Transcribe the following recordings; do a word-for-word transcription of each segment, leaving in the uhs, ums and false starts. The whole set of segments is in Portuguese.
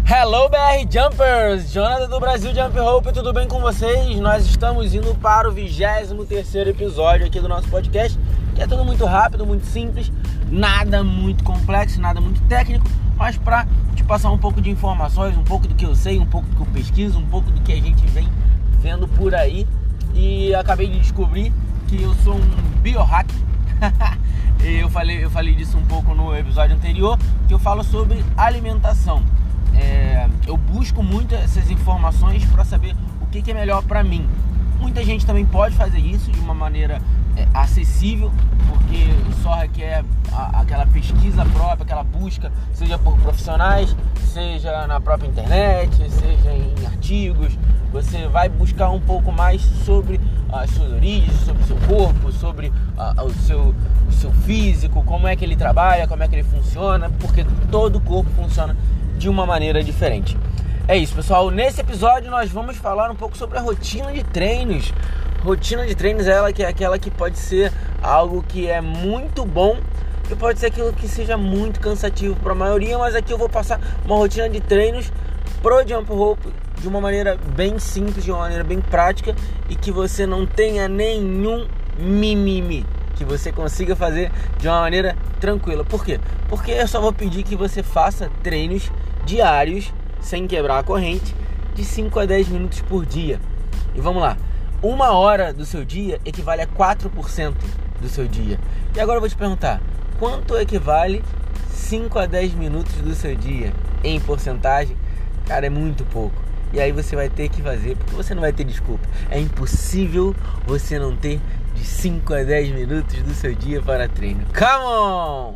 Hello B R Jumpers, Jonathan do Brasil Jump Rope, tudo bem com vocês? Nós estamos indo para o vigésimo terceiro episódio aqui do nosso podcast, que é tudo muito rápido, muito simples, nada muito complexo, nada muito técnico, mas para te passar um pouco de informações, um pouco do que eu sei, um pouco do que eu pesquiso, um pouco do que a gente vem vendo por aí. E acabei de descobrir que eu sou um biohacker. eu, falei, eu falei disso um pouco no episódio anterior, que eu falo sobre alimentação. É, eu busco muito essas informações para saber o que, que é melhor para mim. Muita gente também pode fazer isso de uma maneira é, acessível, porque só requer a, aquela pesquisa própria, aquela busca, seja por profissionais, seja na própria internet, seja em artigos. Você vai buscar um pouco mais sobre as suas origens, sobre o seu corpo, sobre a, o, seu, o seu físico, como é que ele trabalha, como é que ele funciona, porque todo o corpo funciona de uma maneira diferente. É isso, pessoal. Nesse episódio nós vamos falar um pouco sobre a rotina de treinos. Rotina de treinos é ela que é aquela que pode ser algo que é muito bom e pode ser aquilo que seja muito cansativo para a maioria, mas aqui eu vou passar uma rotina de treinos pro Jump Rope de uma maneira bem simples, de uma maneira bem prática e que você não tenha nenhum mimimi, que você consiga fazer de uma maneira tranquila. Por quê? Porque eu só vou pedir que você faça treinos diários, sem quebrar a corrente, de cinco a dez minutos por dia. E vamos lá, uma hora do seu dia equivale a quatro por cento do seu dia. E agora eu vou te perguntar, quanto equivale cinco a dez minutos do seu dia em porcentagem? Cara, é muito pouco. E aí você vai ter que fazer, porque você não vai ter desculpa. É impossível você não ter de cinco a dez minutos do seu dia para treino. Come on!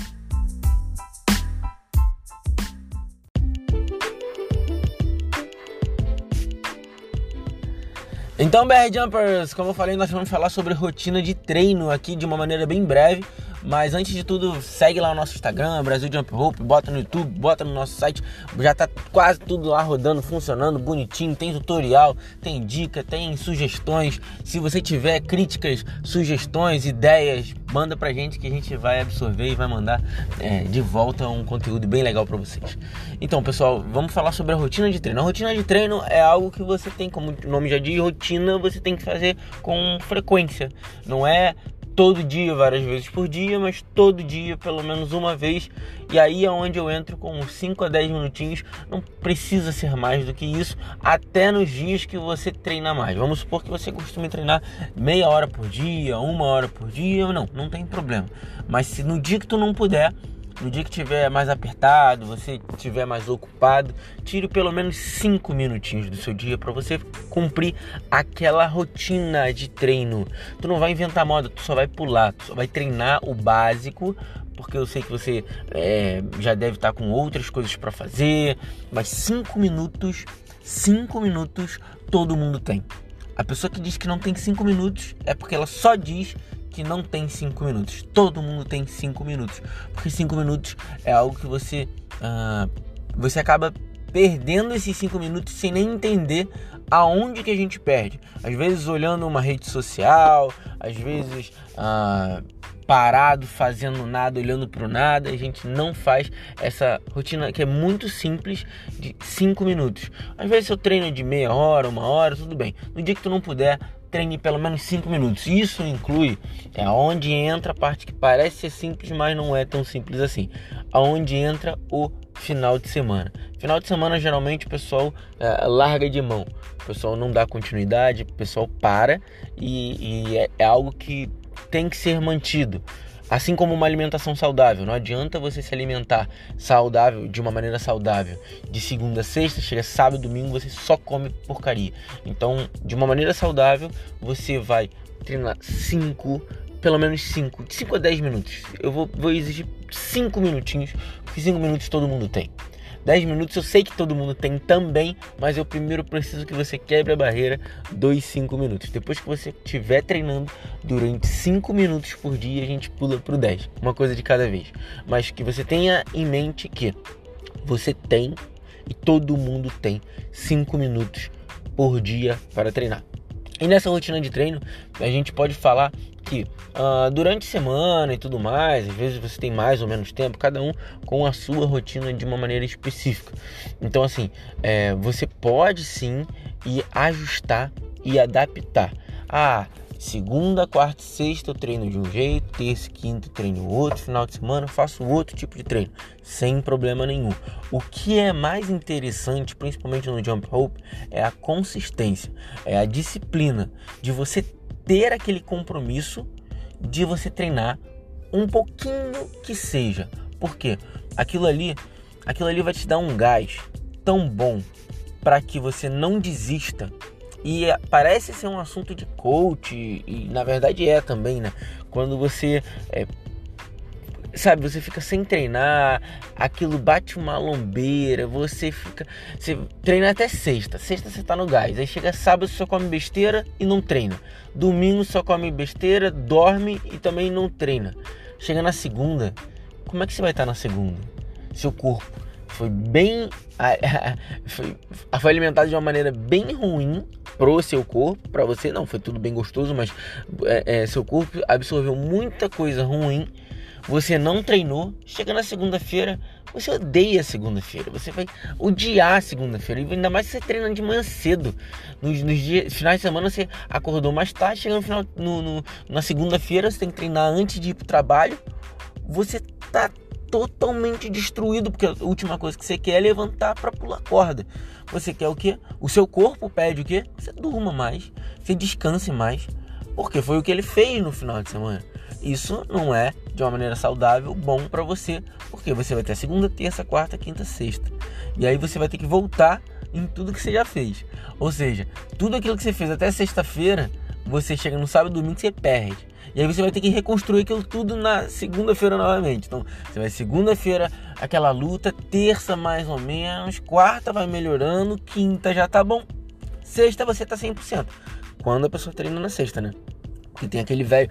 Então, B R Jumpers, como eu falei, nós vamos falar sobre rotina de treino aqui de uma maneira bem breve. Mas antes de tudo, segue lá o nosso Instagram, Brasil Jump Rope, bota no YouTube, bota no nosso site. Já tá quase tudo lá rodando, funcionando, bonitinho. Tem tutorial, tem dica, tem sugestões. Se você tiver críticas, sugestões, ideias, manda pra gente que a gente vai absorver e vai mandar é, de volta um conteúdo bem legal pra vocês. Então, pessoal, vamos falar sobre a rotina de treino. A rotina de treino é algo que você tem, como o nome já diz, rotina, você tem que fazer com frequência. Não é todo dia, várias vezes por dia, mas todo dia, pelo menos uma vez. E aí é onde eu entro com uns cinco a dez minutinhos. Não precisa ser mais do que isso, até nos dias que você treina mais. Vamos supor que você costuma treinar meia hora por dia, uma hora por dia. Não, não tem problema. Mas se no dia que tu não puder, no dia que tiver mais apertado, você estiver mais ocupado, tire pelo menos cinco minutinhos do seu dia para você cumprir aquela rotina de treino. Tu não vai inventar moda, tu só vai pular, tu só vai treinar o básico, porque eu sei que você é, já deve estar com outras coisas para fazer, mas cinco minutos, cinco minutos todo mundo tem. A pessoa que diz que não tem cinco minutos é porque ela só diz que não tem cinco minutos. Todo mundo tem cinco minutos, porque cinco minutos é algo que você uh, você acaba perdendo esses cinco minutos sem nem entender aonde que a gente perde. Às vezes olhando uma rede social, às vezes uh, parado, fazendo nada, olhando para o nada. A gente não faz essa rotina que é muito simples de cinco minutos. Às vezes eu treino de meia hora, uma hora, tudo bem. No dia que tu não puder, treine pelo menos cinco minutos. Isso inclui, é onde entra a parte que parece ser simples, mas não é tão simples assim. Aonde entra o final de semana. Final de semana, geralmente, o pessoal é, larga de mão. O pessoal não dá continuidade, o pessoal para e, e é, é algo que tem que ser mantido. Assim como uma alimentação saudável. Não adianta você se alimentar saudável, de uma maneira saudável, de segunda a sexta, chega sábado e domingo, você só come porcaria. Então, de uma maneira saudável, você vai treinar cinco, pelo menos cinco, de cinco a dez minutos. Eu vou, vou exigir cinco minutinhos, porque cinco minutos todo mundo tem. dez minutos eu sei que todo mundo tem também, mas eu primeiro preciso que você quebre a barreira dos cinco minutos. Depois que você estiver treinando durante cinco minutos por dia, a gente pula para o dez, uma coisa de cada vez. Mas que você tenha em mente que você tem, e todo mundo tem, cinco minutos por dia para treinar. E nessa rotina de treino, a gente pode falar que uh, durante a semana e tudo mais, às vezes você tem mais ou menos tempo, cada um com a sua rotina de uma maneira específica. Então assim, é, você pode sim ir ajustar e adaptar. Ah, segunda, quarta e sexta eu treino de um jeito, terça e quinta eu treino outro, final de semana eu faço outro tipo de treino, sem problema nenhum. O que é mais interessante, principalmente no jump rope, é a consistência, é a disciplina de você ter aquele compromisso de você treinar um pouquinho que seja. Por quê? Aquilo ali, aquilo ali vai te dar um gás tão bom para que você não desista. E parece ser um assunto de coach, e, e na verdade é também, né? Quando você, é, sabe, você fica sem treinar, aquilo bate uma lombeira, você fica... Você treina até sexta, sexta você tá no gás, aí chega sábado você só come besteira e não treina. Domingo só come besteira, dorme e também não treina. Chega na segunda, como é que você vai estar na segunda? Seu corpo foi bem... Foi, foi alimentado de uma maneira bem ruim pro seu corpo, para você não, foi tudo bem gostoso, mas é, é, seu corpo absorveu muita coisa ruim, você não treinou, chega na segunda-feira, você odeia a segunda-feira, você vai odiar a segunda-feira, e ainda mais se você treina de manhã cedo, nos, nos dias, finais de semana você acordou mais tarde, chega no final, no, no, na segunda-feira você tem que treinar antes de ir pro trabalho, você tá totalmente destruído, porque a última coisa que você quer é levantar para pular corda. Você quer o quê? O seu corpo pede o quê? Você durma mais, você descanse mais, porque foi o que ele fez no final de semana. Isso não é, de uma maneira saudável, bom para você, porque você vai ter a segunda, terça, quarta, quinta, sexta. E aí você vai ter que voltar em tudo que você já fez. Ou seja, tudo aquilo que você fez até sexta-feira, você chega no sábado e domingo você perde. E aí você vai ter que reconstruir aquilo tudo na segunda-feira novamente. Então, você vai segunda-feira, aquela luta, terça mais ou menos, quarta vai melhorando, quinta já tá bom, sexta você tá cem por cento. Quando a pessoa treina na sexta, né? Porque tem aquele velho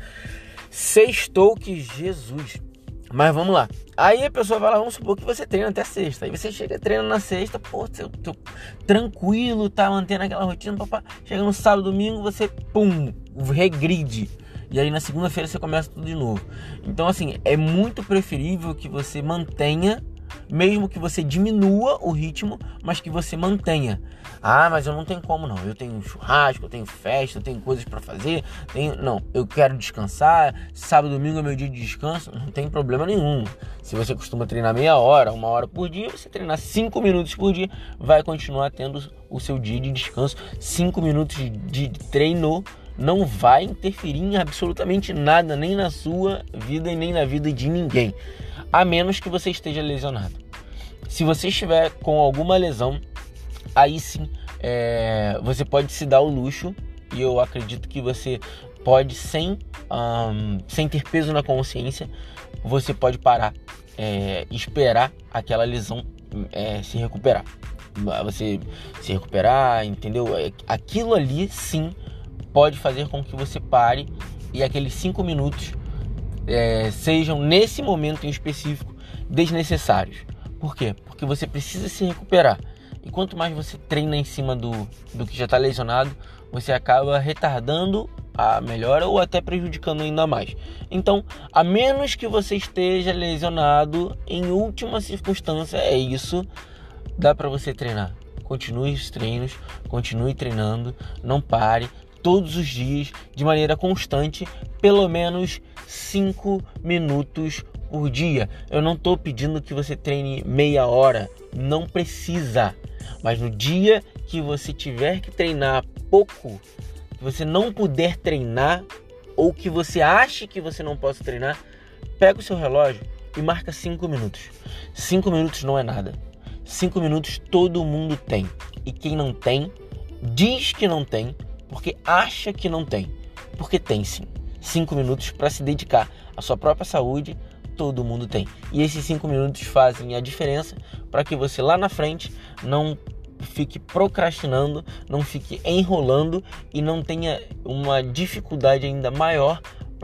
sextou que Jesus. Mas vamos lá. Aí a pessoa vai lá, vamos supor que você treina até sexta. Aí você chega, treina na sexta, pô, seu, seu, tranquilo, tá mantendo aquela rotina, papá. Chega no sábado, domingo, você, pum, regride. E aí na segunda-feira você começa tudo de novo. Então assim, é muito preferível que você mantenha, mesmo que você diminua o ritmo, mas que você mantenha. Ah, mas eu não tenho como não, eu tenho churrasco, eu tenho festa, eu tenho coisas pra fazer, tenho... não, eu quero descansar, sábado e domingo é meu dia de descanso, não tem problema nenhum. Se você costuma treinar meia hora, uma hora por dia, você treinar cinco minutos por dia, vai continuar tendo o seu dia de descanso. Cinco minutos de treino não vai interferir em absolutamente nada, nem na sua vida e nem na vida de ninguém, a menos que você esteja lesionado. Se você estiver com alguma lesão, aí sim, é, você pode se dar o luxo, e eu acredito que você pode, sem, um, sem ter peso na consciência, você pode parar, é, esperar aquela lesão é, se recuperar. Você se recuperar, entendeu? Aquilo ali sim pode fazer com que você pare e aqueles cinco minutos é, sejam, nesse momento em específico, desnecessários. Por quê? Porque você precisa se recuperar. E quanto mais você treina em cima do, do que já está lesionado, você acaba retardando a melhora ou até prejudicando ainda mais. Então, a menos que você esteja lesionado, em última circunstância, é isso, dá para você treinar. Continue os treinos, continue treinando, não pare, todos os dias, de maneira constante, pelo menos cinco minutos por dia. Eu não estou pedindo que você treine meia hora, não precisa. Mas no dia que você tiver que treinar pouco, que você não puder treinar, ou que você ache que você não possa treinar, pega o seu relógio e marca cinco minutos. cinco minutos não é nada. cinco minutos todo mundo tem. E quem não tem, diz que não tem, porque acha que não tem. Porque tem sim. cinco minutos para se dedicar à sua própria saúde, todo mundo tem. E esses cinco minutos fazem a diferença para que você lá na frente não fique procrastinando, não fique enrolando e não tenha uma dificuldade ainda maior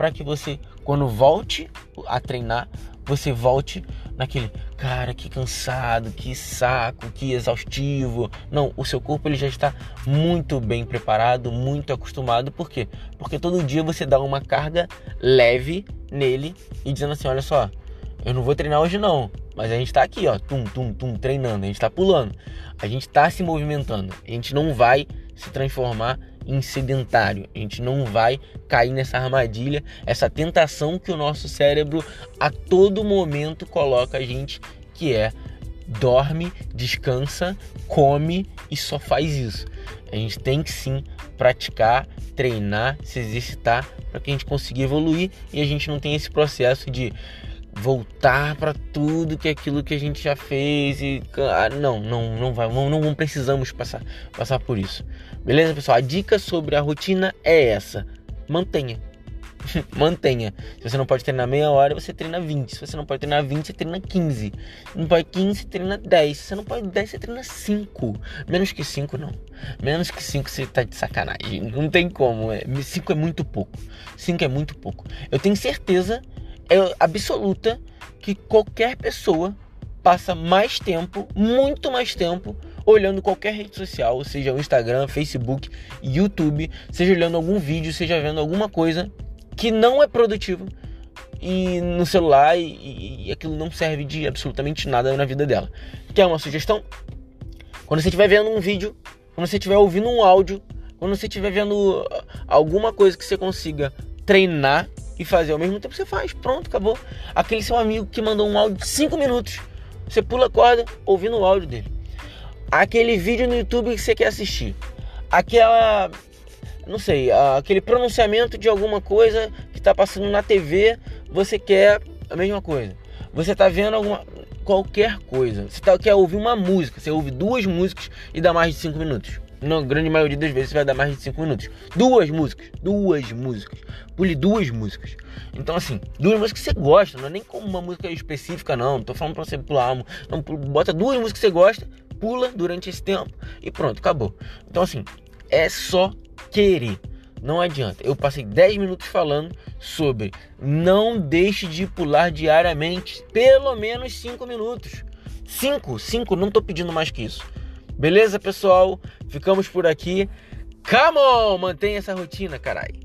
para que você, quando volte a treinar, você volte naquele, cara, que cansado, que saco, que exaustivo. Não, o seu corpo ele já está muito bem preparado, muito acostumado. Por quê? Porque todo dia você dá uma carga leve nele e dizendo assim, olha só, eu não vou treinar hoje não, mas a gente tá aqui, ó, tum, tum, tum, treinando, a gente tá pulando, a gente tá se movimentando, a gente não vai se transformar em sedentário, a gente não vai cair nessa armadilha, essa tentação que o nosso cérebro a todo momento coloca a gente, que é dorme, descansa, come e só faz isso. A gente tem que sim praticar, treinar, se exercitar para que a gente consiga evoluir e a gente não tenha esse processo de voltar para tudo que é aquilo que a gente já fez e não, não, não vai, não, não precisamos passar, passar por isso. Beleza, pessoal? A dica sobre a rotina é essa: mantenha. Mantenha. Se você não pode treinar meia hora, você treina vinte. Se você não pode treinar vinte, você treina quinze. Se não pode quinze, você treina dez. Se você não pode dez, você treina cinco. Menos que cinco, não. Menos que cinco, você tá de sacanagem. Não tem como. cinco é muito pouco. cinco é muito pouco. Eu tenho certeza é absoluta que qualquer pessoa passa mais tempo, muito mais tempo, olhando qualquer rede social, seja o Instagram, Facebook, YouTube, seja olhando algum vídeo, seja vendo alguma coisa que não é produtivo e no celular e, e, e aquilo não serve de absolutamente nada na vida dela. Quer uma sugestão? Quando você estiver vendo um vídeo, quando você estiver ouvindo um áudio, quando você estiver vendo alguma coisa que você consiga treinar e fazer ao mesmo tempo, você faz, pronto, acabou. Aquele seu amigo que mandou um áudio de cinco minutos, você pula a corda ouvindo o áudio dele. Aquele vídeo no YouTube que você quer assistir, aquela, não sei, aquele pronunciamento de alguma coisa que está passando na T V, você quer a mesma coisa. Você está vendo alguma, qualquer coisa, você tá, quer ouvir uma música, você ouve duas músicas e dá mais de cinco minutos. Na grande maioria das vezes você vai dar mais de cinco minutos. Duas músicas, duas músicas. Pule duas músicas. Então assim, duas músicas que você gosta, não é nem como uma música específica não. Não tô falando pra você pular uma. Não, bota duas músicas que você gosta, pula durante esse tempo e pronto, acabou. Então assim, é só querer. Não adianta. Eu passei dez minutos falando sobre não deixe de pular diariamente pelo menos cinco minutos. cinco, cinco, não tô pedindo mais que isso. Beleza, pessoal? Ficamos por aqui. Come on! Mantenha essa rotina, carai.